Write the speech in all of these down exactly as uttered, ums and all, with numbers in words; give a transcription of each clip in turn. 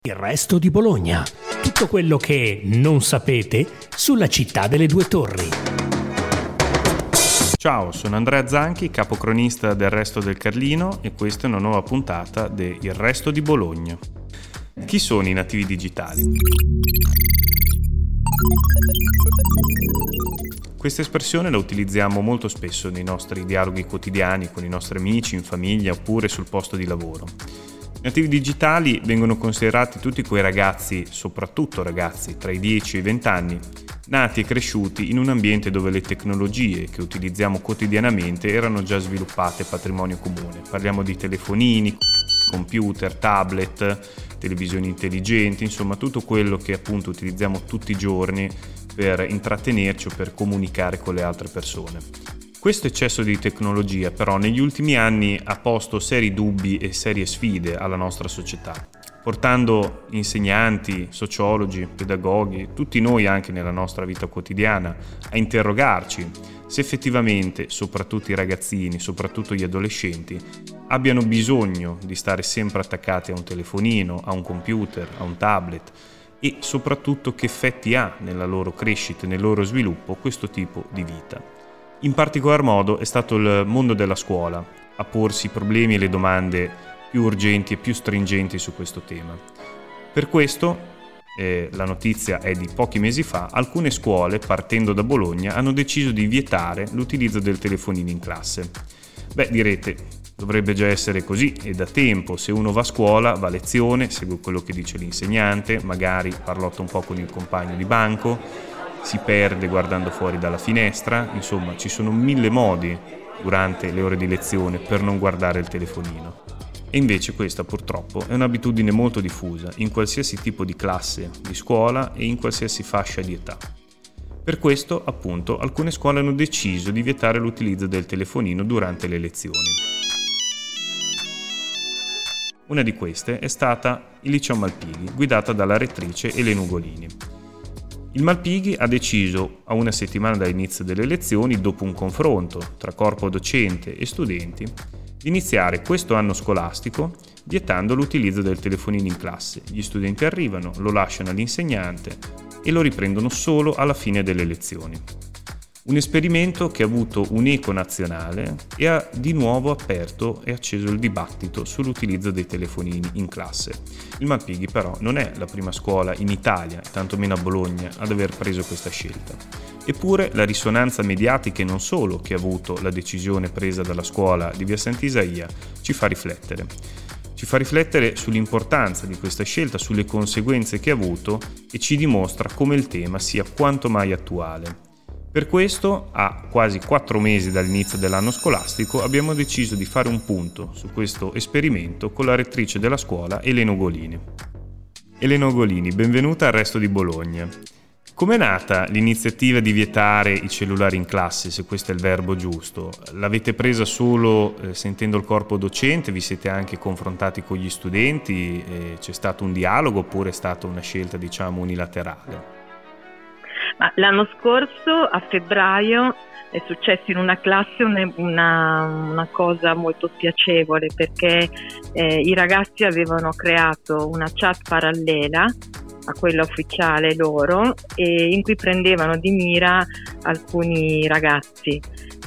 Il resto di Bologna. Tutto quello che non sapete sulla città delle due torri. Ciao, sono Andrea Zanchi, capocronista del Resto del Carlino e questa è una nuova puntata de Il resto di Bologna. Chi sono i nativi digitali? Questa espressione la utilizziamo molto spesso nei nostri dialoghi quotidiani con i nostri amici, in famiglia oppure sul posto di lavoro. I nativi digitali vengono considerati tutti quei ragazzi, soprattutto ragazzi tra i dieci e i venti anni, nati e cresciuti in un ambiente dove le tecnologie che utilizziamo quotidianamente erano già sviluppate patrimonio comune. Parliamo di telefonini, computer, tablet, televisioni intelligenti, insomma tutto quello che appunto utilizziamo tutti i giorni per intrattenerci o per comunicare con le altre persone. Questo eccesso di tecnologia però negli ultimi anni ha posto seri dubbi e serie sfide alla nostra società, portando insegnanti, sociologi, pedagoghi, tutti noi anche nella nostra vita quotidiana, a interrogarci se effettivamente, soprattutto i ragazzini, soprattutto gli adolescenti, abbiano bisogno di stare sempre attaccati a un telefonino, a un computer, a un tablet e soprattutto che effetti ha nella loro crescita e nel loro sviluppo questo tipo di vita. In particolar modo è stato il mondo della scuola a porsi i problemi e le domande più urgenti e più stringenti su questo tema. Per questo, eh, la notizia è di pochi mesi fa, alcune scuole, partendo da Bologna, hanno deciso di vietare l'utilizzo del telefonino in classe. Beh, direte, dovrebbe già essere così, e da tempo, se uno va a scuola, va a lezione, segue quello che dice l'insegnante, magari parlotta un po' con il compagno di banco, si perde guardando fuori dalla finestra, insomma ci sono mille modi durante le ore di lezione per non guardare il telefonino. E invece questa purtroppo è un'abitudine molto diffusa in qualsiasi tipo di classe di scuola e in qualsiasi fascia di età. Per questo, appunto, alcune scuole hanno deciso di vietare l'utilizzo del telefonino durante le lezioni. Una di queste è stata il Liceo Malpighi, guidata dalla rettrice Elena Ugolini. Il Malpighi ha deciso, a una settimana dall'inizio delle lezioni, dopo un confronto tra corpo docente e studenti, di iniziare questo anno scolastico vietando l'utilizzo del telefonino in classe. Gli studenti arrivano, lo lasciano all'insegnante e lo riprendono solo alla fine delle lezioni. Un esperimento che ha avuto un'eco nazionale e ha di nuovo aperto e acceso il dibattito sull'utilizzo dei telefonini in classe. Il Malpighi però non è la prima scuola in Italia, tantomeno a Bologna, ad aver preso questa scelta. Eppure la risonanza mediatica e non solo che ha avuto la decisione presa dalla scuola di Via Sant'Isaia ci fa riflettere. Ci fa riflettere sull'importanza di questa scelta, sulle conseguenze che ha avuto e ci dimostra come il tema sia quanto mai attuale. Per questo, a quasi quattro mesi dall'inizio dell'anno scolastico, abbiamo deciso di fare un punto su questo esperimento con la rettrice della scuola, Elena Ugolini. Elena Ugolini, benvenuta al Resto di Bologna. Com'è nata l'iniziativa di vietare i cellulari in classe, se questo è il verbo giusto? L'avete presa solo eh, sentendo il corpo docente? Vi siete anche confrontati con gli studenti? Eh, c'è stato un dialogo oppure è stata una scelta, diciamo, unilaterale? L'anno scorso, a febbraio, è successo in una classe una, una, una cosa molto spiacevole perché eh, i ragazzi avevano creato una chat parallela a quella ufficiale loro e in cui prendevano di mira alcuni ragazzi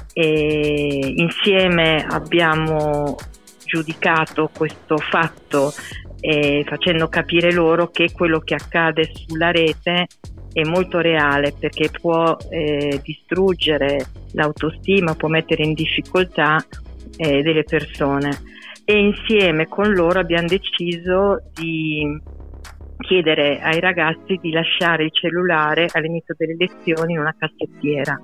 e insieme abbiamo giudicato questo fatto eh, facendo capire loro che quello che accade sulla rete è molto reale perché può eh, distruggere l'autostima, può mettere in difficoltà eh, delle persone e insieme con loro abbiamo deciso di chiedere ai ragazzi di lasciare il cellulare all'inizio delle lezioni in una cassettiera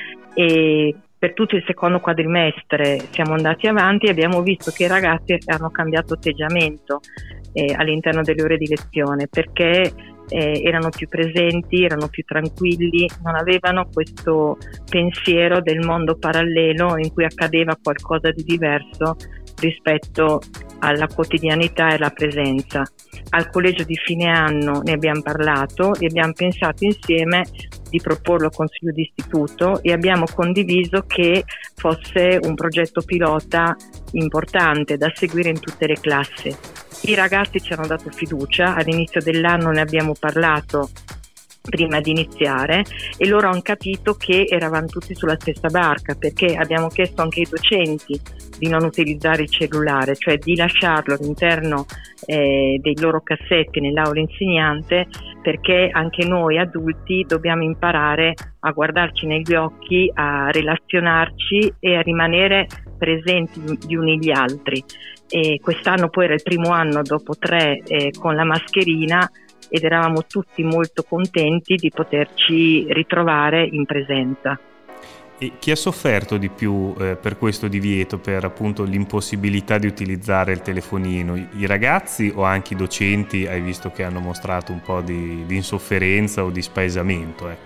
e per tutto il secondo quadrimestre siamo andati avanti e abbiamo visto che i ragazzi hanno cambiato atteggiamento eh, all'interno delle ore di lezione perché eh, erano più presenti, erano più tranquilli, non avevano questo pensiero del mondo parallelo in cui accadeva qualcosa di diverso rispetto alla quotidianità e alla presenza. Al collegio di fine anno ne abbiamo parlato e abbiamo pensato insieme di proporlo al consiglio d'istituto e abbiamo condiviso che fosse un progetto pilota importante da seguire in tutte le classi. I ragazzi ci hanno dato fiducia, all'inizio dell'anno ne abbiamo parlato prima di iniziare e loro hanno capito che eravamo tutti sulla stessa barca, perché abbiamo chiesto anche ai docenti di non utilizzare il cellulare, cioè di lasciarlo all'interno eh, dei loro cassetti nell'aula insegnante, perché anche noi adulti dobbiamo imparare a guardarci negli occhi, a relazionarci e a rimanere presenti gli uni gli altri. E quest'anno poi era il primo anno dopo tre eh, con la mascherina, ed eravamo tutti molto contenti di poterci ritrovare in presenza. E chi ha sofferto di più eh, per questo divieto, per appunto l'impossibilità di utilizzare il telefonino? I ragazzi o anche i docenti hai visto che hanno mostrato un po' di, di insofferenza o di spaesamento? Ecco.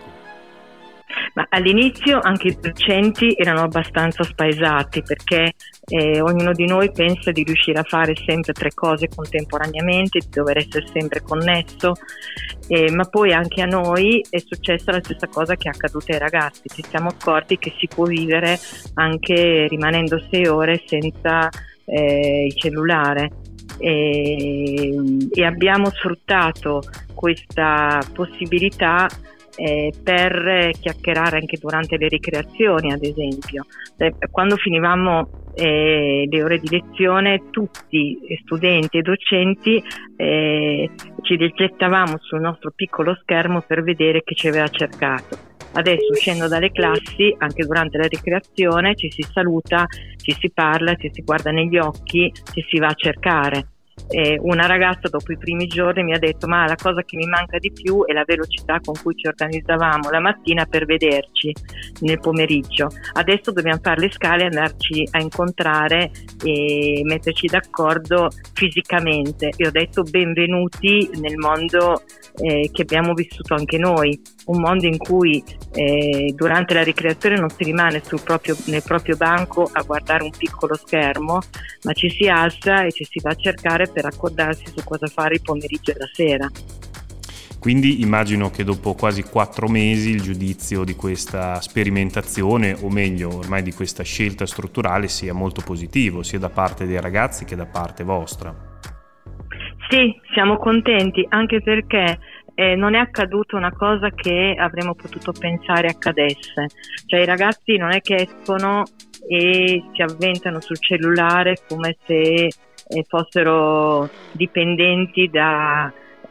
Ma all'inizio anche i docenti erano abbastanza spaesati, perché eh, ognuno di noi pensa di riuscire a fare sempre tre cose contemporaneamente, di dover essere sempre connesso, eh, ma poi anche a noi è successa la stessa cosa che è accaduta ai ragazzi. Ci siamo accorti che si può vivere anche rimanendo sei ore senza eh, il cellulare. E, e abbiamo sfruttato questa possibilità Eh, per chiacchierare anche durante le ricreazioni, ad esempio. Eh, quando finivamo eh, le ore di lezione, tutti studenti e docenti eh, ci gettavamo sul nostro piccolo schermo per vedere chi ci aveva cercato. Adesso, uscendo dalle classi, anche durante la ricreazione, ci si saluta, ci si parla, ci si guarda negli occhi, ci si va a cercare. Eh, una ragazza dopo i primi giorni mi ha detto: ma la cosa che mi manca di più è la velocità con cui ci organizzavamo la mattina per vederci nel pomeriggio. Adesso dobbiamo fare le scale e andarci a incontrare e metterci d'accordo fisicamente. E ho detto: benvenuti nel mondo eh, che abbiamo vissuto anche noi, un mondo in cui eh, durante la ricreazione non si rimane sul proprio, nel proprio banco a guardare un piccolo schermo, ma ci si alza e ci si va a cercare per accordarsi su cosa fare il pomeriggio e la sera. Quindi immagino che dopo quasi quattro mesi il giudizio di questa sperimentazione, o meglio ormai di questa scelta strutturale, sia molto positivo, sia da parte dei ragazzi che da parte vostra. Sì, siamo contenti, anche perché eh, non è accaduta una cosa che avremmo potuto pensare accadesse. Cioè i ragazzi non è che escono e si avventano sul cellulare come se eh, fossero dipendenti da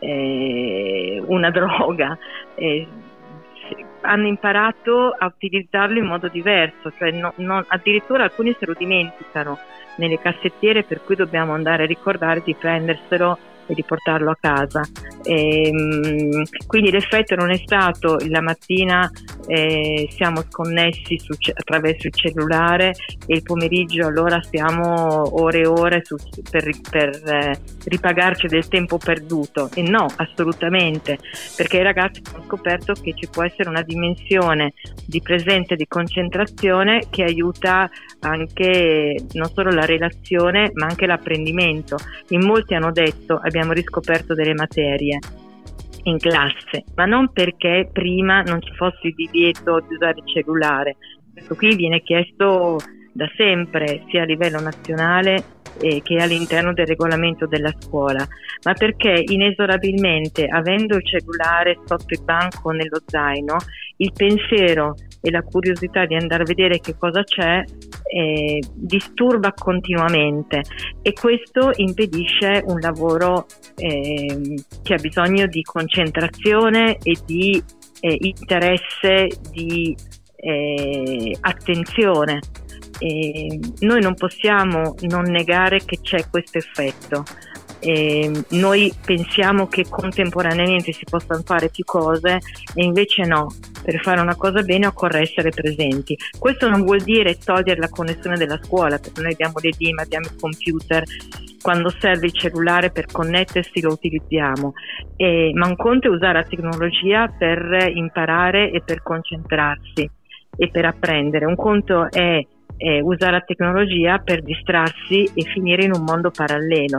eh, una droga. Eh, hanno imparato a utilizzarlo in modo diverso, cioè no, non, addirittura alcuni se lo dimenticano nelle cassettiere, per cui dobbiamo andare a ricordare di prenderselo e di portarlo a casa. E, quindi l'effetto non è stato la mattina eh, siamo sconnessi su, attraverso il cellulare e il pomeriggio allora stiamo ore e ore su, per, per eh, ripagarci del tempo perduto. E no, assolutamente, perché i ragazzi hanno scoperto che ci può essere una dimensione di presenza e di concentrazione che aiuta anche non solo la relazione ma anche l'apprendimento. In molti hanno detto: abbiamo riscoperto delle materie in classe, ma non perché prima non ci fosse il divieto di usare il cellulare. Questo qui viene chiesto da sempre, sia a livello nazionale eh, che all'interno del regolamento della scuola, ma perché inesorabilmente, avendo il cellulare sotto il banco o nello zaino, il pensiero e la curiosità di andare a vedere che cosa c'è eh, disturba continuamente, e questo impedisce un lavoro eh, che ha bisogno di concentrazione e di eh, interesse, di eh, attenzione. E noi non possiamo non negare che c'è questo effetto. E noi pensiamo che contemporaneamente si possano fare più cose e invece no, per fare una cosa bene occorre essere presenti. Questo non vuol dire togliere la connessione della scuola, perché noi abbiamo dei D I M, abbiamo il computer, quando serve il cellulare per connettersi lo utilizziamo, e, ma un conto è usare la tecnologia per imparare e per concentrarsi e per apprendere, un conto è, è usare la tecnologia per distrarsi e finire in un mondo parallelo.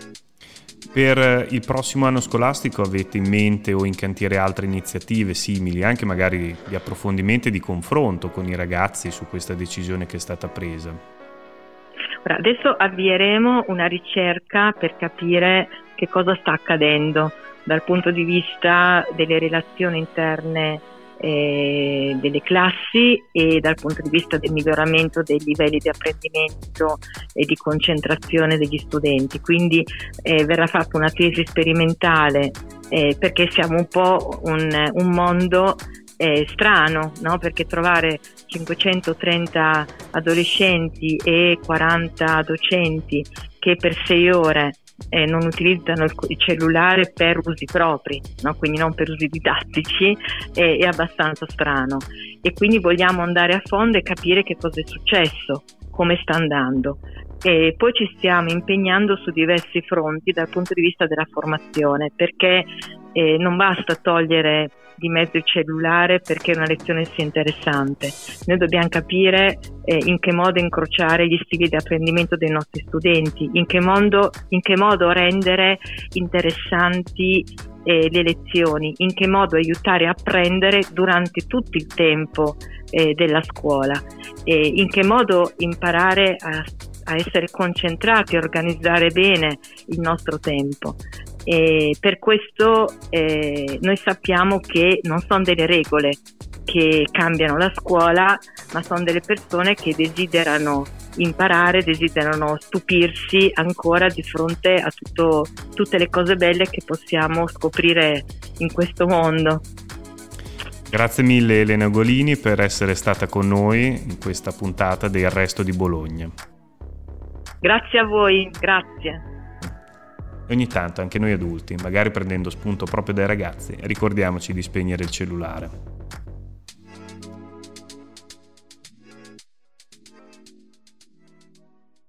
Per il prossimo anno scolastico avete in mente o in cantiere altre iniziative simili, anche magari di approfondimento e di confronto con i ragazzi su questa decisione che è stata presa? Ora, adesso avvieremo una ricerca per capire che cosa sta accadendo dal punto di vista delle relazioni interne eh, delle classi e dal punto di vista del miglioramento dei livelli di apprendimento e di concentrazione degli studenti. Quindi eh, verrà fatta una tesi sperimentale eh, perché siamo un po' un, un mondo eh, strano, no? Perché trovare cinquecentotrenta adolescenti e quaranta docenti che per sei ore Eh, non utilizzano il, il cellulare per usi propri, no? Quindi non per usi didattici, eh, è abbastanza strano, e quindi vogliamo andare a fondo e capire che cosa è successo, come sta andando, e poi ci stiamo impegnando su diversi fronti dal punto di vista della formazione, perché eh, non basta togliere di mezzo il cellulare perché una lezione sia interessante. Noi dobbiamo capire eh, in che modo incrociare gli stili di apprendimento dei nostri studenti, in che modo, in che modo rendere interessanti eh, le lezioni, in che modo aiutare a apprendere durante tutto il tempo eh, della scuola, e in che modo imparare a, a essere concentrati, a organizzare bene il nostro tempo. E per questo eh, noi sappiamo che non sono delle regole che cambiano la scuola, ma sono delle persone che desiderano imparare, desiderano stupirsi ancora di fronte a tutto, tutte le cose belle che possiamo scoprire in questo mondo. Grazie mille Elena Golini per essere stata con noi in questa puntata del Resto di Bologna. Grazie a voi, grazie. E ogni tanto anche noi adulti, magari prendendo spunto proprio dai ragazzi, ricordiamoci di spegnere il cellulare.